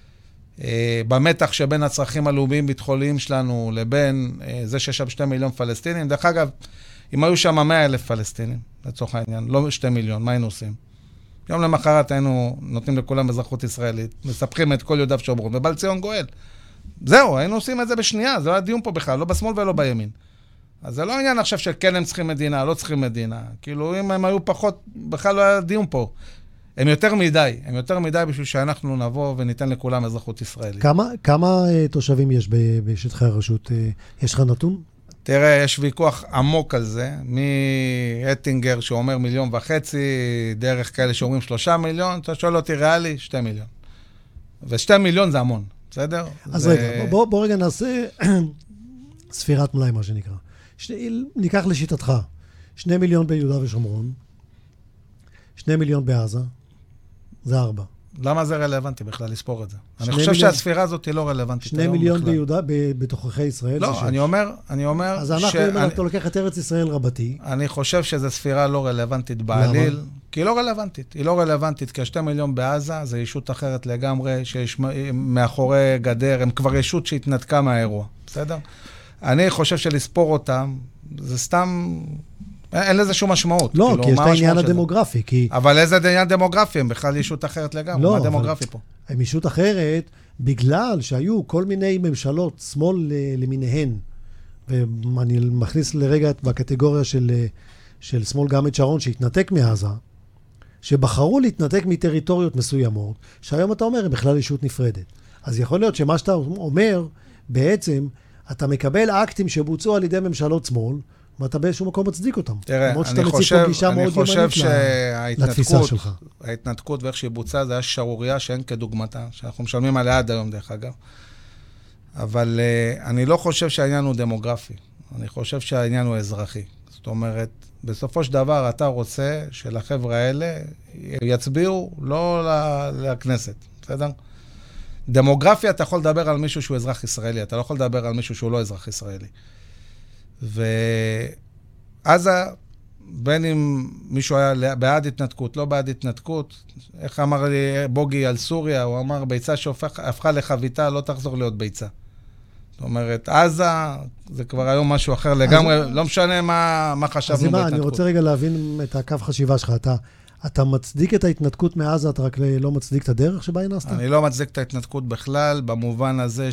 במתח שבין הצרכים הלאומיים ביטחוניים שלנו לבין זה שיש שם שתי מיליון פלסטינים. דרך אגב, אם היו שם מאה אלף פלסטינים, לצורך העניין, לא שתי מיליון, מה היינו עושים? יום למחרת היינו נותנים לכולם אזרחות ישראלית, מספחים את כל יהודה ושומרון, ובא לציון גואל. זהו, היינו עושים את זה בשנייה, זה לא הדיון פה בכלל, לא בשמאל ולא בימין. אז זה לא עניין עכשיו שכן הם צריכים מדינה, לא צריכים מדינה. כאילו, אם הם היו פחות, בכלל לא היה דיון פה. הם יותר מדי, הם יותר מדי בשביל שאנחנו נבוא וניתן לכולם אזרחות ישראלית. כמה, כמה uh, תושבים יש בשטחי הרשות? Uh, יש לך נתון? תראה, יש ויכוח עמוק על זה, מאטינגר שאומר מיליון וחצי, דרך כאלה שאומרים שלושה מיליון, אתה שואל אותי ריאלי, שתי מיליון. ושתי מיליון זה המון, בסדר? אז זה... רגע, בוא, בוא רגע נעשה ספירת מלאי, מה שנקרא. שני, ניקח לשיטתך, שני מיליון ביהודה ושומרון, שני מיליון בעזה, זה ארבע. למה זה רלוונטי בכלל לספור את זה? אני חושב שהספירה הזאת היא לא רלוונטית. שני מיליון ביהודה, בתוככי ישראל. לא, אני אומר, אני אומר... אז אנחנו, אם אתה לוקח את ארץ ישראל רבתי... אני חושב שזו ספירה לא רלוונטית בעליל. כי היא לא רלוונטית. היא לא רלוונטית, כי השתי מיליון בעזה זה ישות אחרת לגמרי, שיש מאחורי גדר, הם כבר ישות שהתנתקה מהאירוע. בסדר? אני חושב שלספור אותם, זה סתם... אין לזה שום משמעות. לא, כאילו, כי יש את העניין הדמוגרפי. כי... אבל איזה עניין דמוגרפי? הם בכלל ישות אחרת לגמרי. לא, מה דמוגרפי פה? הם ישות אחרת בגלל שהיו כל מיני ממשלות, שמאל למיניהן, ואני מכניס לרגע בקטגוריה של, של שמאל גם את שרון, שהתנתק מעזה, שבחרו להתנתק מטריטוריות מסוימות, שהיום אתה אומר, הם בכלל ישות נפרדת. אז יכול להיות שמה שאתה אומר, בעצם, אתה מקבל אקטים שבוצעו על ידי ממשלות שמאל, ואתה באיזשהו מקום מצדיק אותם. תראה, אני חושב, אני חושב שההתנתקות, ההתנתקות ואיך שהיא בוצעה, זה היה שערוריה שאין כדוגמתה, שאנחנו משלמים עליה עד היום דרך אגב. אבל uh, אני לא חושב שהעניין הוא דמוגרפי. אני חושב שהעניין הוא אזרחי. זאת אומרת, בסופו של דבר אתה רוצה שלחבר'ה האלה יצביעו לא לכנסת, בסדר? דמוגרפיה, אתה יכול לדבר על מישהו שהוא אזרח ישראלי, אתה לא יכול לדבר על מישהו שהוא לא אזרח ישראלי. ועזה בין אם מישהו היה בעד התנתקות, לא בעד התנתקות, איך אמר לי בוגי על סוריה, הוא אמר, ביצה שהפכה לחביתה, לא תחזור להיות ביצה. זאת אומרת, עזה, זה כבר היום משהו אחר לגמרי, לא משנה מה, מה חשבנו בהתנתקות. אז אני רוצה רגע להבין את הקו חשיבה שלך. אתה, אתה מצדיק את ההתנתקות מעזה, אתה רק לא מצדיק את הדרך שבה היא נעשתה? אני לא מצדיק את ההתנתקות בכלל, במובן הזה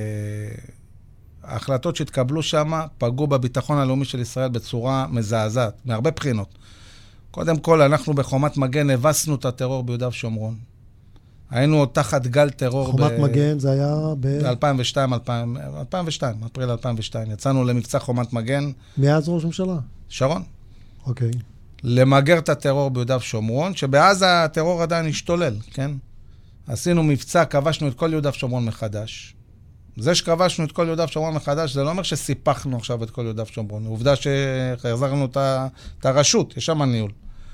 שההחלטות שהתקבלו שם פגעו בביטחון הלאומי של ישראל בצורה מזעזעת, מהרבה בחינות. קודם כל, אנחנו בחומת מגן הבסנו את הטרור ביהודה ושומרון. היינו עוד תחת גל טרור. חומת ב... מגן זה היה ב... ב-אלפיים ושתיים, אלפיים ושתיים, אפריל אלפיים ושתיים. יצאנו למבצע חומת מגן. מאז ראש ממשלה? שרון. אוקיי. למגר את הטרור ביהודה ושומרון, שבעזה הטרור עדיין השתולל, כן? עשינו מבצע, כבשנו את כל יהודה ושומרון מחדש. זה שכבשנו את כל יהודה ושומרון מחדש, זה לא אומר שסיפחנו עכשיו את כל יהודה ושומרון. עובדה שהחזרנו את הרשות, יש שם ניהול.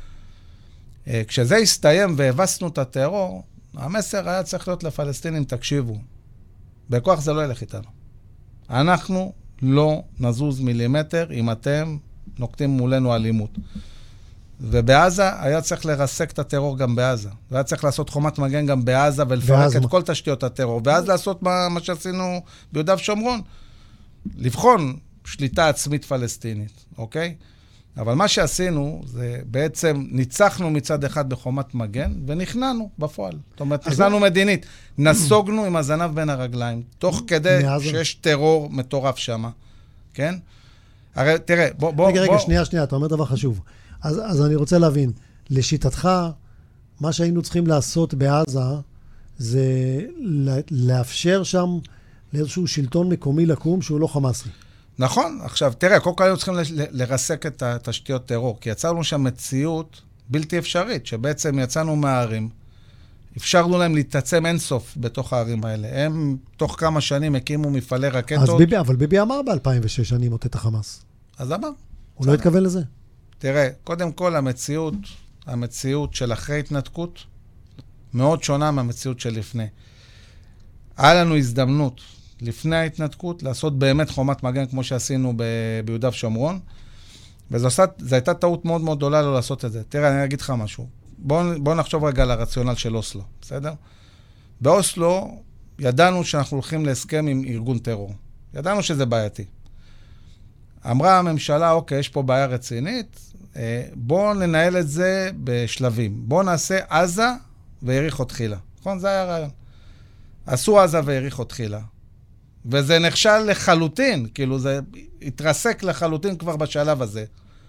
כשזה הסתיים והבסנו את הטרור, המסר היה צריך להיות לפלסטינים, תקשיבו, בכוח זה לא ילך איתנו. אנחנו לא נזוז מילימטר אם אתם נוקטים מולנו אלימות. ובעזה היה צריך לרסק את הטרור גם בעזה. והיה צריך לעשות חומת מגן גם בעזה ולפרק את כל תשתיות הטרור. ואז לעשות מה, מה שעשינו ביהודה ושומרון. לבחון שליטה עצמית פלסטינית, אוקיי? אבל מה שעשינו זה בעצם ניצחנו מצד אחד בחומת מגן ונכנענו בפועל. זאת אומרת, נכנענו מדינית. נסוגנו עם הזנב בין הרגליים, תוך כדי שיש טרור מטורף שם. כן? הרי תראה, בוא... בוא רגע, בוא... רגע, שנייה, שנייה, אתה אומר דבר חשוב. אז, אז אני רוצה להבין, לשיטתך, מה שהיינו צריכים לעשות בעזה, זה לאפשר שם לאיזשהו שלטון מקומי לקום שהוא לא חמאסי. נכון, עכשיו, תראה, כל כך היו צריכים לרסק את התשתיות טרור, כי יצרנו שם מציאות בלתי אפשרית, שבעצם יצאנו מהערים, אפשרנו להם להתעצם אינסוף בתוך הערים האלה. הם תוך כמה שנים הקימו מפעלי רקטות. אז ביבי, אבל ביבי אמר ב-אלפיים ושש שאני מוטט את החמאס. אז אמר. הוא לא התכוון לזה? תראה, קודם כל המציאות, המציאות של אחרי התנתקות, מאוד שונה מהמציאות של לפני. היה לנו הזדמנות לפני ההתנתקות לעשות באמת חומת מגן כמו שעשינו ב- ביהודה ושומרון, וזו הייתה טעות מאוד מאוד גדולה לא לעשות את זה. תראה, אני אגיד לך משהו. בואו בוא נחשוב רגע על הרציונל של אוסלו, בסדר? באוסלו ידענו שאנחנו הולכים להסכם עם ארגון טרור. ידענו שזה בעייתי. אמרה הממשלה, אוקיי, יש פה בעיה רצינית, בואו ננהל את זה בשלבים. בואו נעשה עזה ויריחו תחילה. נכון? זה היה הרעיון. עשו עזה ויריחו תחילה. וזה נכשל לחלוטין, כאילו זה התרסק לחלוטין כבר בשלב הזה.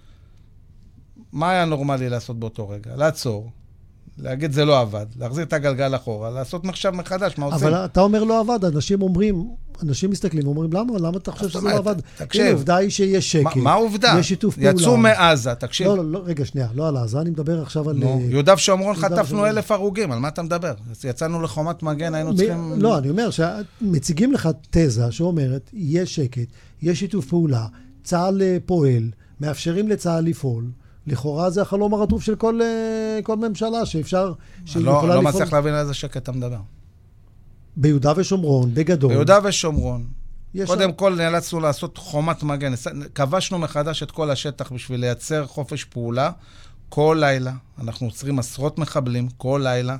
מה היה נורמלי לעשות באותו רגע? לעצור, להגיד זה לא עבד, להחזיר את הגלגל אחורה, לעשות מחשב מחדש, מה עושים? אבל אתה אומר לא עבד, אנשים אומרים, אנשים מסתכלים ואומרים, למה? למה אתה חושב שזה לא עבד? תקשיב. העובדה היא שיש שקט. מה העובדה? יש שיתוף פעולה. יצאו מעזה, תקשיב. לא, לא, רגע, שנייה, לא על עזה, אני מדבר עכשיו על... יהודה ושומרון חטפנו אלף הרוגים, על מה אתה מדבר? יצאנו לחומת מגן, היינו צריכים... לא, אני אומר שמציגים לך תזה שאומרת, יש שקט, יש שיתוף פעולה, צה"ל פועל, מאפשרים לצה"ל לפעול, לכאורה זה החלום הרטוב של כל, כל ממשלה שאפשר... לא, לא מצליח להבין על איזה שקט אתה מדבר. ביהודה ושומרון, בגדול. ביהודה ושומרון. קודם כל נאלצנו לעשות חומת מגן. כבשנו מחדש את כל השטח בשביל לייצר חופש פעולה. כל לילה, אנחנו עוצרים עשרות מחבלים, כל לילה.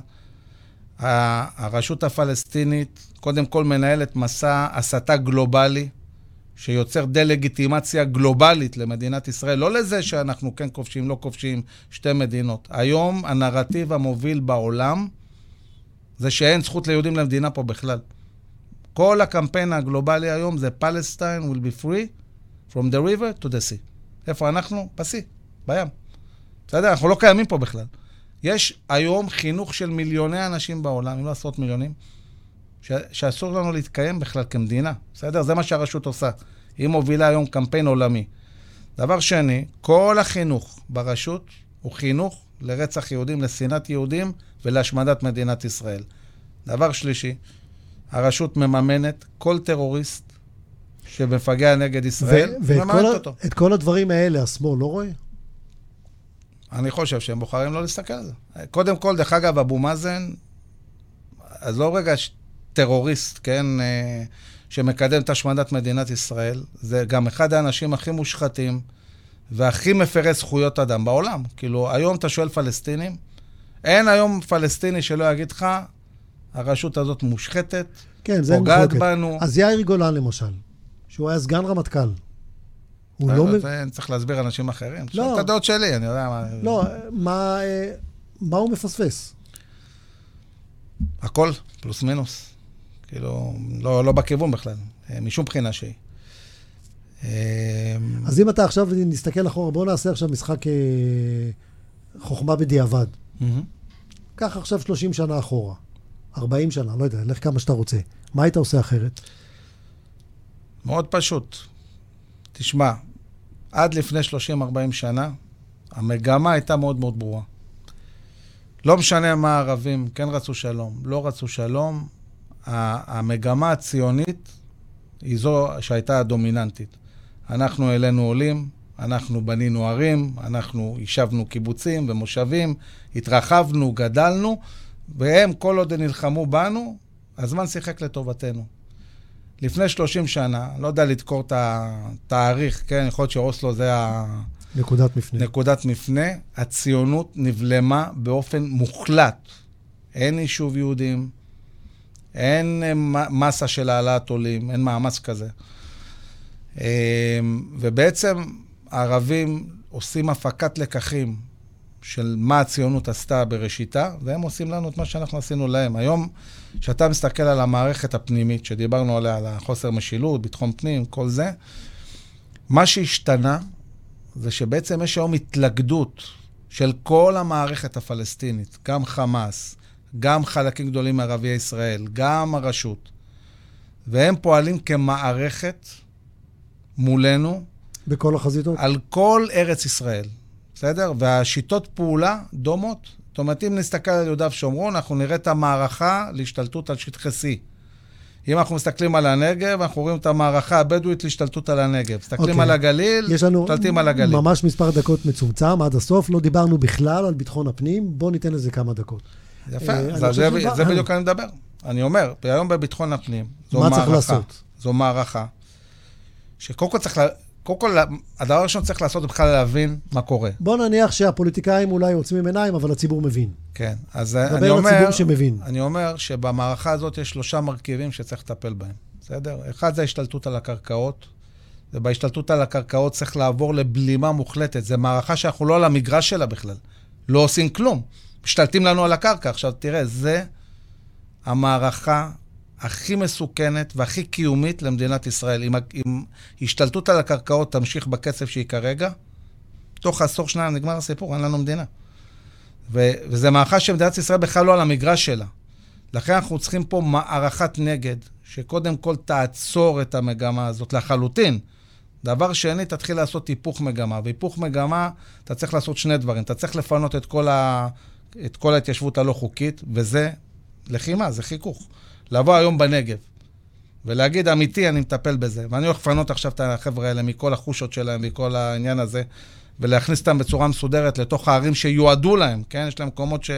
הרשות הפלסטינית, קודם כל מנהלת מסע הסתה גלובלי, שיוצר דה-לגיטימציה גלובלית למדינת ישראל, לא לזה שאנחנו כן כובשים, לא כובשים, שתי מדינות. היום הנרטיב המוביל בעולם זה שאין זכות ליהודים למדינה פה בכלל. כל הקמפיין הגלובלי היום זה Palestine will be free from the river to the sea. איפה אנחנו? בסי, בים. בסדר? אנחנו לא קיימים פה בכלל. יש היום חינוך של מיליוני אנשים בעולם, אם לא עשרות מיליונים, ש- שאסור לנו להתקיים בכלל כמדינה. בסדר? זה מה שהרשות עושה. היא מובילה היום קמפיין עולמי. דבר שני, כל החינוך ברשות הוא חינוך לרצח יהודים, לשנאת יהודים ולהשמדת מדינת ישראל. דבר שלישי, הרשות מממנת כל טרוריסט שמפגע נגד ישראל, מממנת אותו. ואת כל הדברים האלה השמאל לא רואה? אני חושב שהם בוחרים לא להסתכל על זה. קודם כל, דרך אגב, אבו מאזן, אז לא רגע טרוריסט, כן, שמקדם את השמדת מדינת ישראל, זה גם אחד האנשים הכי מושחתים והכי מפרי זכויות אדם בעולם. כאילו, היום אתה שואל פלסטינים, אין היום פלסטיני שלא יגיד לך, הרשות הזאת מושחתת, כן, זה פוגעת מחלוקת. בנו. אז יאיר גולן למשל, שהוא היה סגן רמטכ"ל, הוא לא... מב- זה צריך להסביר אנשים אחרים. לא. את הדעות שלי, אני יודע מה... לא, מה, אה, מה הוא מפספס? הכל, פלוס מינוס. כאילו, לא, לא בכיוון בכלל, משום בחינה שהיא. אז אם אתה עכשיו נסתכל אחורה, בואו נעשה עכשיו משחק אה, חוכמה בדיעבד. קח עכשיו שלושים שנה אחורה, ארבעים שנה, לא יודע, לך כמה שאתה רוצה. מה היית עושה אחרת? מאוד פשוט. תשמע, עד לפני שלושים ארבעים שנה, המגמה הייתה מאוד מאוד ברורה. לא משנה מה הערבים, כן רצו שלום, לא רצו שלום, המגמה הציונית היא זו שהייתה הדומיננטית. אנחנו אלינו עולים, אנחנו בנינו ערים, אנחנו יישבנו קיבוצים ומושבים, התרחבנו, גדלנו, והם כל עוד נלחמו בנו, הזמן שיחק לטובתנו. לפני שלושים שנה, לא יודע לדקור את התאריך, כן, יכול להיות שאוסלו זה ה... נקודת מפנה. נקודת מפנה, הציונות נבלמה באופן מוחלט. אין יישוב יהודים, אין מסה של העלאת עולים, אין מאמץ כזה. ובעצם הערבים עושים הפקת לקחים של מה הציונות עשתה בראשיתה, והם עושים לנו את מה שאנחנו עשינו להם. היום, כשאתה מסתכל על המערכת הפנימית, שדיברנו עליה, על החוסר משילות, ביטחון פנים, כל זה, מה שהשתנה, זה שבעצם יש היום התלכדות של כל המערכת הפלסטינית, גם חמאס, גם חלקים גדולים מערביי ישראל, גם הרשות, והם פועלים כמערכת מולנו, בכל החזיתות? על כל ארץ ישראל, בסדר? והשיטות פעולה דומות. זאת אומרת, אם נסתכל על יהודה ושומרון, אנחנו נראה את המערכה להשתלטות על שטחי C. אם אנחנו מסתכלים על הנגב, אנחנו רואים את המערכה הבדואית להשתלטות על הנגב. מסתכלים okay. על הגליל, משתלטים על הגליל. ממש מספר דקות מצומצם, עד הסוף. לא דיברנו בכלל על ביטחון הפנים, בואו ניתן לזה כמה דקות. יפה, uh, זה, זה, שבא... זה בדיוק אני מדבר. אני אומר, היום בביטחון הפנים, זו מה מערכה. צריך לעשות? זו מערכה. שקודם כל צריך, קודם כל, הדבר הראשון צריך לעשות זה בכלל להבין מה קורה. בוא נניח שהפוליטיקאים אולי עוצמים עיניים, אבל הציבור מבין. כן, אז אני אומר, שמבין. אני אומר שבמערכה הזאת יש שלושה מרכיבים שצריך לטפל בהם. בסדר? אחד זה ההשתלטות על הקרקעות, ובהשתלטות על הקרקעות צריך לעבור לבלימה מוחלטת. זה מערכה שאנחנו לא על המגרש שלה בכלל. לא עושים כלום. משתלטים לנו על הקרקע. עכשיו תראה, זה המערכה הכי מסוכנת והכי קיומית למדינת ישראל. אם, אם השתלטות על הקרקעות תמשיך בקצב שהיא כרגע, תוך עשור שניה נגמר הסיפור, אין לנו מדינה. ו, וזה מערכה שמדינת ישראל בכלל לא על המגרש שלה. לכן אנחנו צריכים פה מערכת נגד, שקודם כל תעצור את המגמה הזאת לחלוטין. דבר שני, תתחיל לעשות היפוך מגמה. והיפוך מגמה, אתה צריך לעשות שני דברים. אתה צריך לפנות את כל, ה, את כל ההתיישבות הלא חוקית, וזה לחימה, זה חיכוך. לבוא היום בנגב, ולהגיד, אמיתי, אני מטפל בזה. ואני הולך לפנות עכשיו את החבר'ה האלה, מכל החושות שלהם, מכל העניין הזה, ולהכניס אותם בצורה מסודרת לתוך הערים שיועדו להם, כן? יש להם מקומות ש...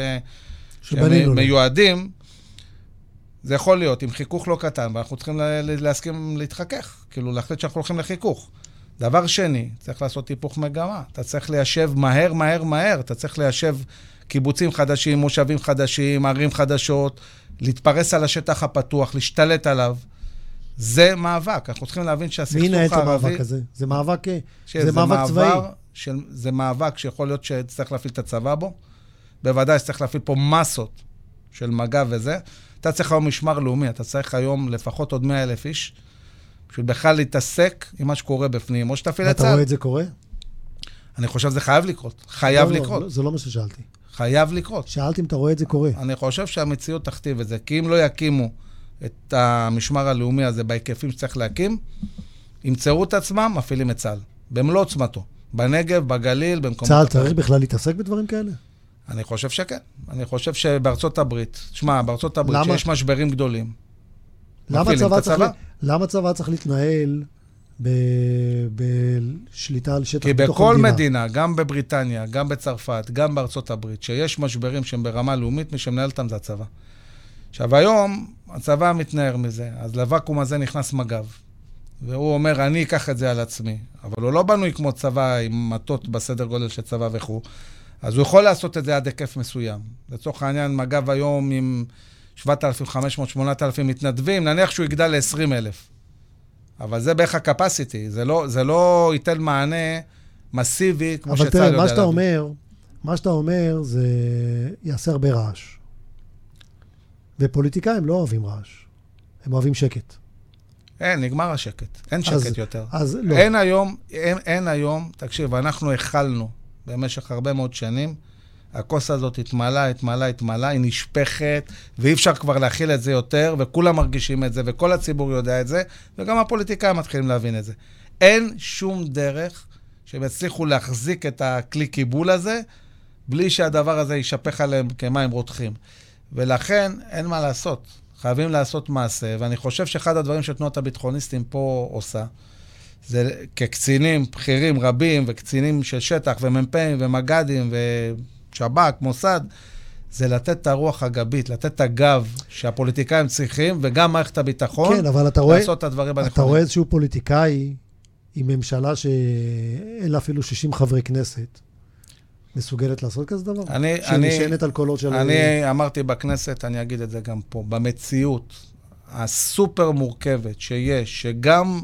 שמיועדים. זה יכול להיות עם חיכוך לא קטן, ואנחנו צריכים להסכים להתחכך, כאילו להחליט שאנחנו הולכים לחיכוך. דבר שני, צריך לעשות היפוך מגמה. אתה צריך ליישב מהר, מהר, מהר. אתה צריך ליישב קיבוצים חדשים, מושבים חדשים, ערים חדשות, להתפרס על השטח הפתוח, להשתלט עליו. זה מאבק. אנחנו צריכים להבין שהסכסוך הערבי... מי נהל את המאבק הזה? זה מאבק, זה מאבק צבאי. של, זה מאבק שיכול להיות שצריך להפעיל את הצבא בו. בוודאי שצריך להפעיל פה מסות של מגע וזה. אתה צריך היום משמר לאומי, אתה צריך היום לפחות עוד מאה אלף איש, בשביל בכלל להתעסק עם מה שקורה בפנים, או שתפעיל את צה"ל. ואתה רואה את זה קורה? אני חושב שזה חייב לקרות. חייב לא, לקרות. לא, זה לא מה ששאלתי. חייב לקרות. שאלתי אם אתה רואה את זה קורה. אני חושב שהמציאות תכתיב את זה, כי אם לא יקימו את המשמר הלאומי הזה בהיקפים שצריך להקים, ימצאו את עצמם, מפעילים את צה"ל. במלוא עוצמתו. בנגב, בגליל, במקומות... צה"ל צריך בכלל להתעסק בדברים כאלה? אני חושב שכן. אני חושב שבארצות הברית, תשמע, בארצות הברית שיש משברים גדולים, מפעילים את הצבא. למה צבא צריך להתנהל בשליטה על שטח בתוך המדינה? כי בכל מדינה, גם בבריטניה, גם בצרפת, גם בארצות הברית, שיש משברים שהם ברמה לאומית, מי שמנהל אותם זה הצבא. עכשיו היום, הצבא מתנער מזה, אז לוואקום הזה נכנס מג"ב. והוא אומר, אני אקח את זה על עצמי. אבל הוא לא בנוי כמו צבא עם מטות בסדר גודל של צבא וכו'. אז הוא יכול לעשות את זה עד היקף מסוים. לצורך העניין, מג"ב היום עם שבעת אלפים וחמש מאות שמונת אלפים מתנדבים, נניח שהוא יגדל ל-עשרים אלף. אבל זה בערך הקפסיטי, זה לא, זה לא ייתן מענה מסיבי כמו שצה"ל יודע להביא. אבל תראה, מה שאתה אומר, מה שאתה אומר זה יעשה הרבה רעש. ופוליטיקאים לא אוהבים רעש, הם אוהבים שקט. אין, נגמר השקט, אין שקט אז, יותר. אז לא. אין היום, אין, אין היום, תקשיב, אנחנו החלנו במשך הרבה מאוד שנים, הכוס הזאת התמלה, התמלה, התמלה, היא נשפכת, ואי אפשר כבר להכיל את זה יותר, וכולם מרגישים את זה, וכל הציבור יודע את זה, וגם הפוליטיקאים מתחילים להבין את זה. אין שום דרך שהם יצליחו להחזיק את הכלי קיבול הזה, בלי שהדבר הזה יישפך עליהם כמים רותחים. ולכן אין מה לעשות. חייבים לעשות מעשה, ואני חושב שאחד הדברים שתנועת הביטחוניסטים פה עושה, זה כקצינים בכירים רבים, וקצינים של שטח, ומ"פים, ומג"דים, ושב"כ, מוסד, זה לתת את הרוח הגבית, לתת את הגב שהפוליטיקאים צריכים, וגם מערכת הביטחון, כן, אבל אתה רואה, לעשות את הדברים הנכונים. אתה רואה איזשהו פוליטיקאי, עם ממשלה שאין לה אפילו שישים חברי כנסת, מסוגלת לעשות כזה דבר? אני, שנשענת על קולות של... אני אמרתי בכנסת, אני אגיד את זה גם פה, במציאות הסופר מורכבת שיש, שגם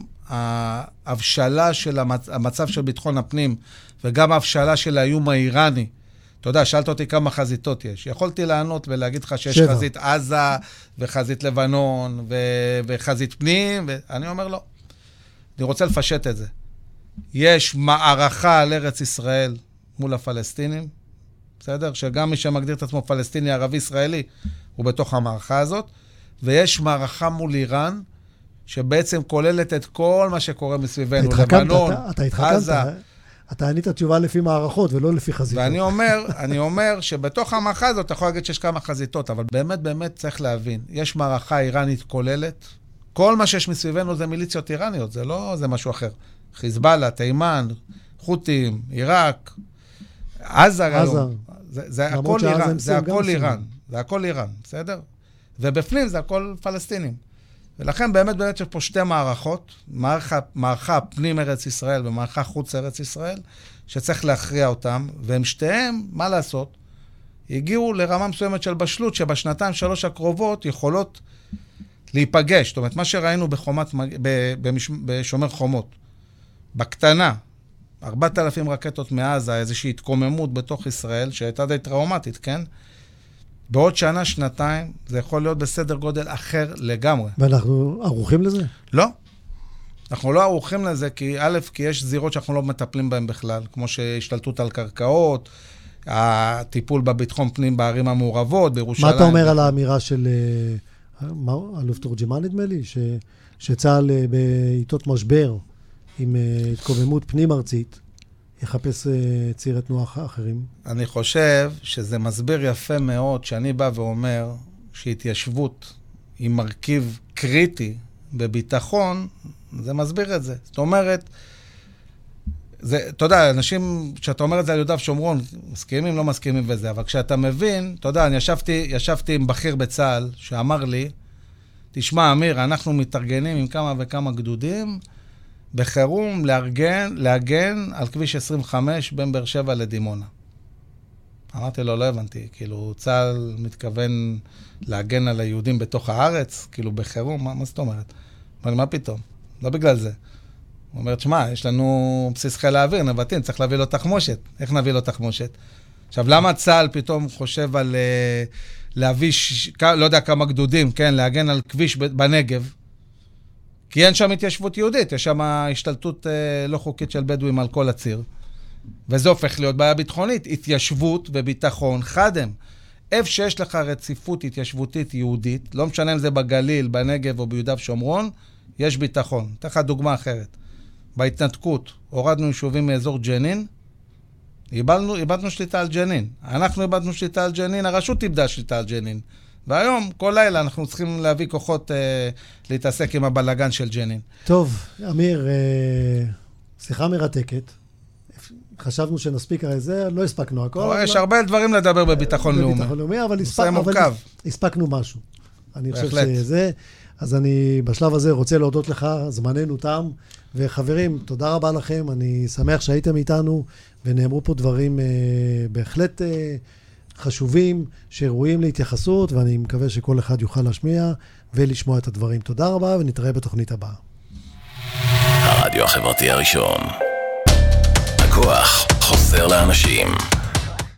ההבשלה של המצ... המצב של ביטחון הפנים, וגם ההבשלה של האיום האיראני, אתה יודע, שאלת אותי כמה חזיתות יש. יכולתי לענות ולהגיד לך שיש שבע. חזית עזה, וחזית לבנון, ו... וחזית פנים, ואני אומר לא. אני רוצה לפשט את זה. יש מערכה על ארץ ישראל, מול הפלסטינים, בסדר? שגם מי שמגדיר את עצמו פלסטיני, ערבי, ישראלי, הוא בתוך המערכה הזאת, ויש מערכה מול איראן, שבעצם כוללת את כל מה שקורה מסביבנו, לבנון, אתה, אתה התחכמת, עזה. אתה ענית תשובה לפי מערכות ולא לפי חזיתות. ואני אומר, אני אומר שבתוך המערכה הזאת, אתה יכול להגיד שיש כמה חזיתות, אבל באמת, באמת צריך להבין, יש מערכה איראנית כוללת, כל מה שיש מסביבנו זה מיליציות איראניות, זה לא, זה משהו אחר. חיזבאללה, תימן, חות'ים, עיראק, עזה, עזה. זה, זה הכל איראן, זה הכל איראן, זה הכל איראן, בסדר? ובפנים זה הכל פלסטינים. ולכן באמת באמת יש פה שתי מערכות, מערכה, מערכה פנים ארץ ישראל ומערכה חוץ ארץ ישראל, שצריך להכריע אותם, והם שתיהם, מה לעשות? הגיעו לרמה מסוימת של בשלות, שבשנתיים שלוש הקרובות יכולות להיפגש. זאת אומרת, מה שראינו בחומת, בשומר חומות, בקטנה, ארבעת אלפים רקטות מעזה, איזושהי התקוממות בתוך ישראל, שהייתה די טראומטית, כן? בעוד שנה, שנתיים, זה יכול להיות בסדר גודל אחר לגמרי. ואנחנו ערוכים לזה? לא. אנחנו לא ערוכים לזה, כי א', כי יש זירות שאנחנו לא מטפלים בהן בכלל, כמו שהשתלטות על קרקעות, הטיפול בביטחון פנים בערים המעורבות, בירושלים. מה אתה אומר על האמירה של אלוף תורג'מן, נדמה לי, שצה"ל בעיתות משבר, עם התקוממות פנים-ארצית, יחפש צירי תנועה אחרים? אני חושב שזה מסביר יפה מאוד, שאני בא ואומר שהתיישבות היא מרכיב קריטי בביטחון, זה מסביר את זה. זאת אומרת, זה, אתה יודע, אנשים, כשאתה אומר את זה על יהודה ושומרון, מסכימים, לא מסכימים וזה, אבל כשאתה מבין, אתה יודע, אני ישבתי, ישבתי עם בכיר בצה"ל, שאמר לי, תשמע, אמיר, אנחנו מתארגנים עם כמה וכמה גדודים, בחירום לארגן, להגן על כביש עשרים וחמש בין באר שבע לדימונה. אמרתי לו, לא הבנתי, כאילו, צה"ל מתכוון להגן על היהודים בתוך הארץ, כאילו, בחירום, מה, מה זאת אומרת? אבל מה פתאום? לא בגלל זה. הוא אומר, תשמע, יש לנו בסיס חיל האוויר, נבטים, צריך להביא לו תחמושת. איך נביא לו תחמושת? עכשיו, למה צה"ל פתאום חושב על uh, להביא, ש... לא יודע כמה גדודים, כן, להגן על כביש בנגב? כי אין שם התיישבות יהודית, יש שם השתלטות uh, לא חוקית של בדואים על כל הציר. וזה הופך להיות בעיה ביטחונית, התיישבות וביטחון חדם. איפה שיש לך רציפות התיישבותית יהודית, לא משנה אם זה בגליל, בנגב או ביהודה ושומרון, יש ביטחון. אתן לך דוגמה אחרת. בהתנתקות, הורדנו יישובים מאזור ג'נין, איבדנו, איבדנו שליטה על ג'נין. אנחנו איבדנו שליטה על ג'נין, הרשות איבדה שליטה על ג'נין. והיום, כל לילה, אנחנו צריכים להביא כוחות אה, להתעסק עם הבלגן של ג'נין. טוב, אמיר, אה, שיחה מרתקת. חשבנו שנספיק הרי זה, לא הספקנו הכל. יש הרבה דברים לדבר בביטחון לאומי. בביטחון לאומי, אבל הספקנו משהו. אני חושב שזה... אז אני בשלב הזה רוצה להודות לך, זמננו תם, וחברים, תודה רבה לכם, אני שמח שהייתם איתנו, ונאמרו פה דברים אה, בהחלט אה, חשובים, שראויים להתייחסות, ואני מקווה שכל אחד יוכל להשמיע ולשמוע את הדברים. תודה רבה, ונתראה בתוכנית הבאה. הרדיו החברתי הראשון. הכוח חוזר לאנשים.